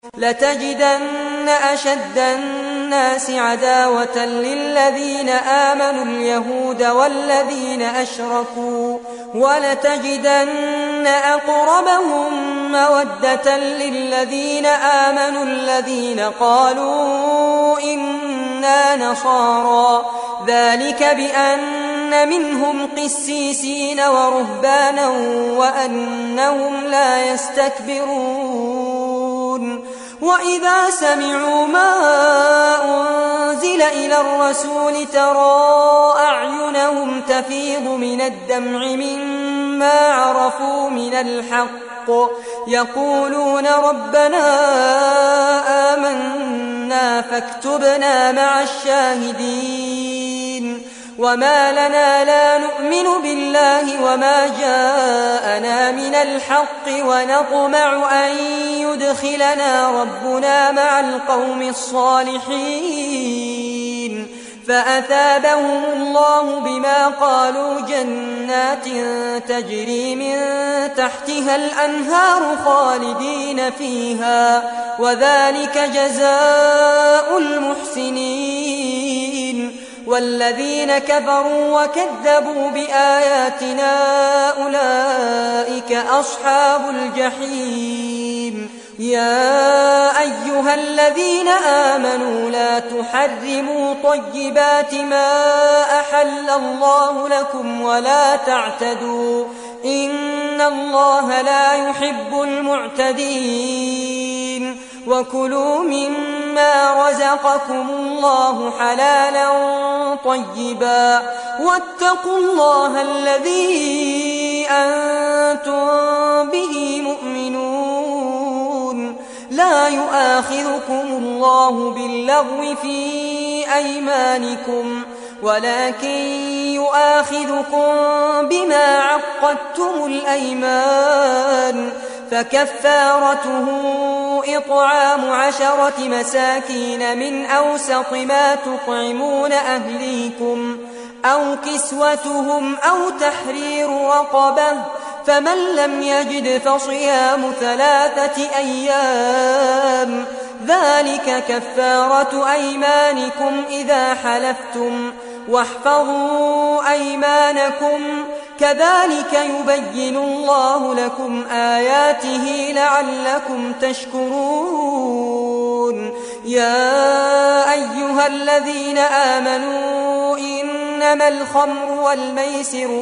لتجدن أشد الناس عداوة للذين آمنوا اليهود والذين أشركوا ولتجدن أقربهم مودة للذين آمنوا الذين قالوا إنا نصارى ذلك بأن منهم قسيسين ورهبانا وأنهم لا يستكبرون وإذا سمعوا ما أنزل إلى الرسول ترى أعينهم تفيض من الدمع مما عرفوا من الحق يقولون ربنا آمنا فاكتبنا مع الشاهدين وما لنا لا نؤمن بالله وما جاءنا من الحق ونطمع أن يدخلنا ربنا مع القوم الصالحين فأثابهم الله بما قالوا جنات تجري من تحتها الأنهار خالدين فيها وذلك جزاء المحسنين والذين كفروا وكذبوا بآياتنا أولئك أصحاب الجحيم يا أيها الذين آمنوا لا تحرموا طيبات ما أحل الله لكم ولا تعتدوا إن الله لا يحب المعتدين وكلوا مما رزقكم الله حلالا طيبا واتقوا الله الذي أنتم به مؤمنون لا يؤاخذكم الله باللغو في أيمانكم ولكن يؤاخذكم بما عقدتم الأيمان فكفارته إطعام 10 مساكين من أوسط ما تطعمون أهليكم أو كسوتهم أو تحرير رقبة فمن لم يجد فصيام 3 أيام ذلك كفارة أيمانكم إذا حلفتم واحفظوا أيمانكم كذلك يبين الله لكم آياته لعلكم تشكرون يا أيها الذين آمنوا إنما الخمر والميسر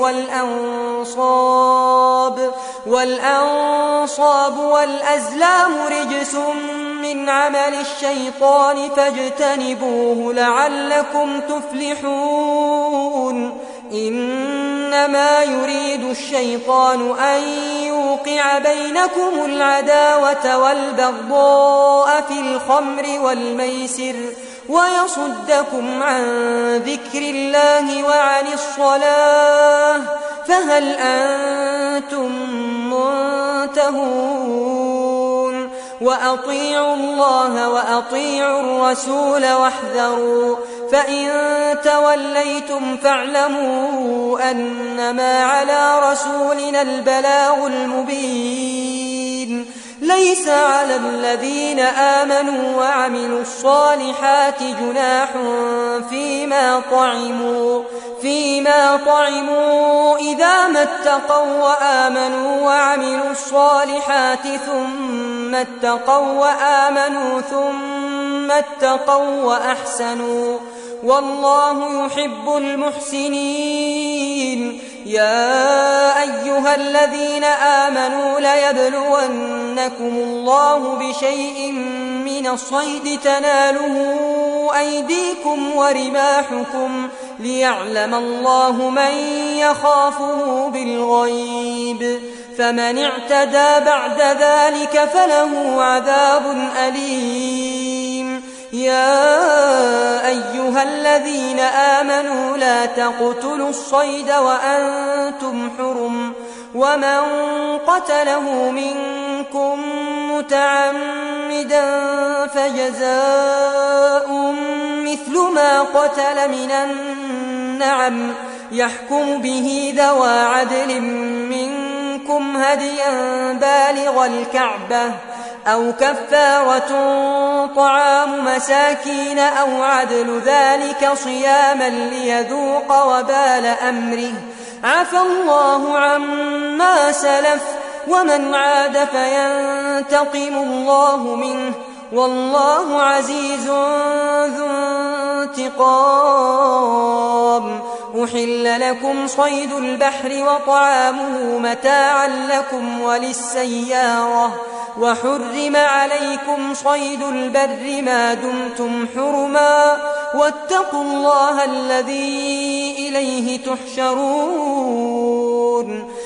والأنصاب والأزلام رجس من عمل الشيطان فاجتنبوه لعلكم تفلحون إنما يريد الشيطان أن يوقع بينكم العداوة والبغضاء في الخمر والميسر ويصدكم عن ذكر الله وعن الصلاة فهل أنتم منتهون وأطيعوا الله وأطيعوا الرسول واحذروا فإن توليتم فاعلموا أنما على رسولنا البلاغ المبين ليس على الذين آمنوا وعملوا الصالحات جناح فيما طعموا إذا ما اتقوا وآمنوا وعملوا الصالحات ثم اتقوا وأحسنوا والله يحب المحسنين يا أيها الذين آمنوا ليبلونكم الله بشيء من الصيد تناله أيديكم ورماحكم ليعلم الله من يخافه بالغيب فمن اعتدى بعد ذلك فله عذاب أليم يا أيها الذين آمنوا لا تقتلوا الصيد وأنتم حرم ومن قتله منكم متعمدا فجزاء مثل ما قتل من النعم يحكم به ذوى عدل منكم هديا بالغ الكعبة أو كفارة طعام مساكين أو عدل ذلك صياما ليذوق وبال أمره عفى الله عما سلف ومن عاد فينتقم الله منه والله عزيز ذو انتقام. أحل لكم صيد البحر وطعامه متاعا لكم وللسيارة وحرم عليكم صيد البر ما دمتم حرما واتقوا الله الذي إليه تحشرون.